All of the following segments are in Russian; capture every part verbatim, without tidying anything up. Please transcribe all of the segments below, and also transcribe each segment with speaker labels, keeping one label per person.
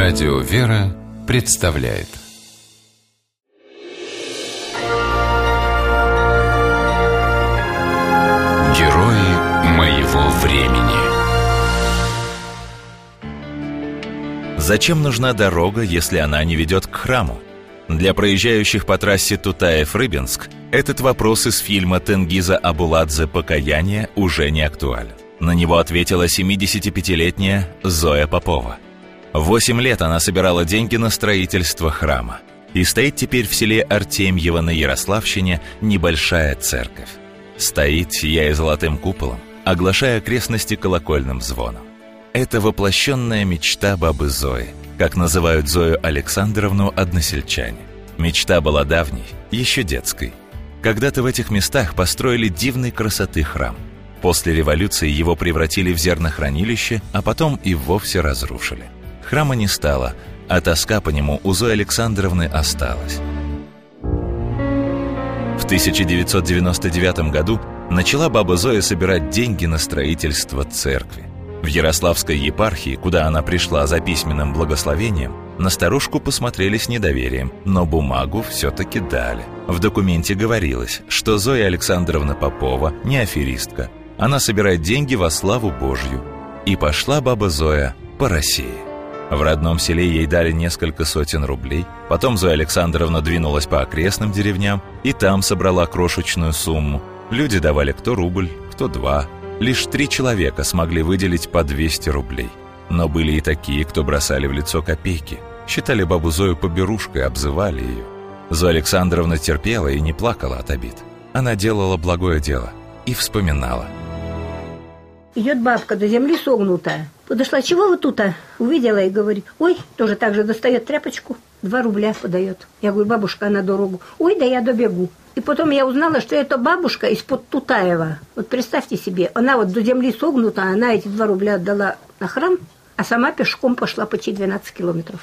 Speaker 1: Радио «Вера» представляет Герои моего времени.
Speaker 2: Зачем нужна дорога, если она не ведет к храму? Для проезжающих по трассе Тутаев-Рыбинск этот вопрос из фильма Тенгиза Абуладзе «Покаяние» уже не актуален. На него ответила семидесятипятилетняя Зоя Попова. Восемь лет она собирала деньги на строительство храма. И стоит теперь в селе Артемьево на Ярославщине небольшая церковь. Стоит, сияя золотым куполом, оглашая окрестности колокольным звоном. Это воплощенная мечта бабы Зои, как называют Зою Александровну односельчане. Мечта была давней, еще детской. Когда-то в этих местах построили дивной красоты храм. После революции его превратили в зернохранилище, а потом и вовсе разрушили. Храма не стало, а тоска по нему у Зои Александровны осталась. В тысяча девятьсот девяносто девятом году начала баба Зоя собирать деньги на строительство церкви. В Ярославской епархии, куда она пришла за письменным благословением, на старушку посмотрели с недоверием, но бумагу все-таки дали. В документе говорилось, что Зоя Александровна Попова не аферистка. Она собирает деньги во славу Божью. И пошла баба Зоя по России. В родном селе ей дали несколько сотен рублей. Потом Зоя Александровна двинулась по окрестным деревням и там собрала крошечную сумму. Люди давали кто рубль, кто два. Лишь три человека смогли выделить по двести рублей. Но были и такие, кто бросали в лицо копейки. Считали бабу Зою поберушкой, обзывали ее. Зоя Александровна терпела и не плакала от обид. Она делала благое дело и вспоминала.
Speaker 3: Идет бабка до земли согнутая. Подошла, чего вы тут-то? Увидела и говорит, ой, тоже так же достает тряпочку, два рубля подает. Я говорю, бабушка, на дорогу. Ой, да я добегу. И потом я узнала, что это бабушка из-под Тутаева. Вот представьте себе, она вот до земли согнута, она эти два рубля отдала на храм, а сама пешком пошла почти двенадцать километров.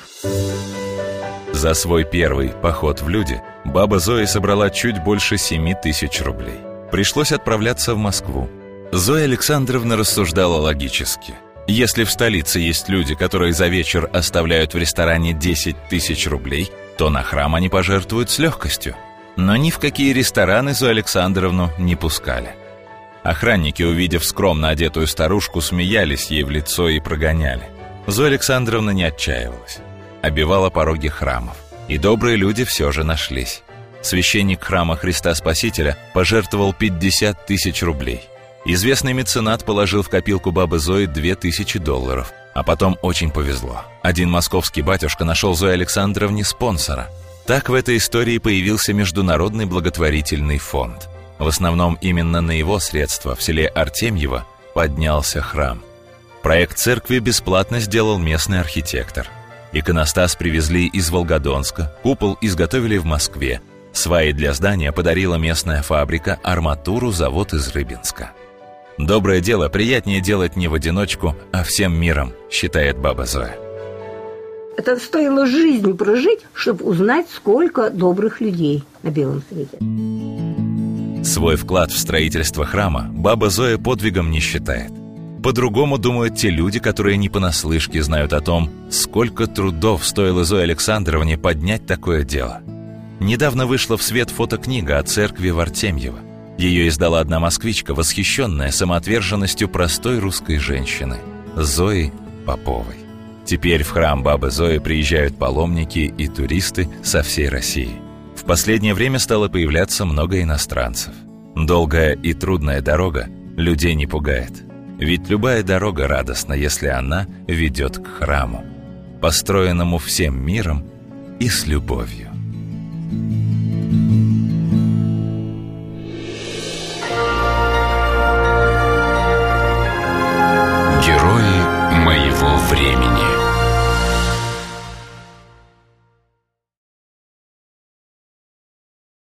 Speaker 2: За свой первый поход в люди баба Зоя собрала чуть больше семи тысяч рублей. Пришлось отправляться в Москву. Зоя Александровна рассуждала логически. Если в столице есть люди, которые за вечер оставляют в ресторане десять тысяч рублей, то на храм они пожертвуют с легкостью. Но ни в какие рестораны Зою Александровну не пускали. Охранники, увидев скромно одетую старушку, смеялись ей в лицо и прогоняли. Зоя Александровна не отчаивалась. Обивала пороги храмов. И добрые люди все же нашлись. Священник храма Христа Спасителя пожертвовал пятьдесят тысяч рублей. Известный меценат положил в копилку бабы Зои две тысячи долларов. А потом очень повезло. Один московский батюшка нашел Зое Александровне спонсора. Так в этой истории появился Международный благотворительный фонд. В основном именно на его средства в селе Артемьево поднялся храм. Проект церкви бесплатно сделал местный архитектор. Иконостас привезли из Волгодонска, купол изготовили в Москве. Сваи для здания подарила местная фабрика, арматуру завод из Рыбинска. Доброе дело приятнее делать не в одиночку, а всем миром, считает баба Зоя.
Speaker 3: Это стоило жизнь прожить, чтобы узнать, сколько добрых людей на белом свете.
Speaker 2: Свой вклад в строительство храма баба Зоя подвигом не считает. По-другому думают те люди, которые не понаслышке знают о том, сколько трудов стоило Зое Александровне поднять такое дело. Недавно вышла в свет фотокнига о церкви в Артемьево. Ее издала одна москвичка, восхищенная самоотверженностью простой русской женщины, Зои Поповой. Теперь в храм бабы Зои приезжают паломники и туристы со всей России. В последнее время стало появляться много иностранцев. Долгая и трудная дорога людей не пугает. Ведь любая дорога радостна, если она ведет к храму, построенному всем миром и с любовью.
Speaker 1: Герои моего времени.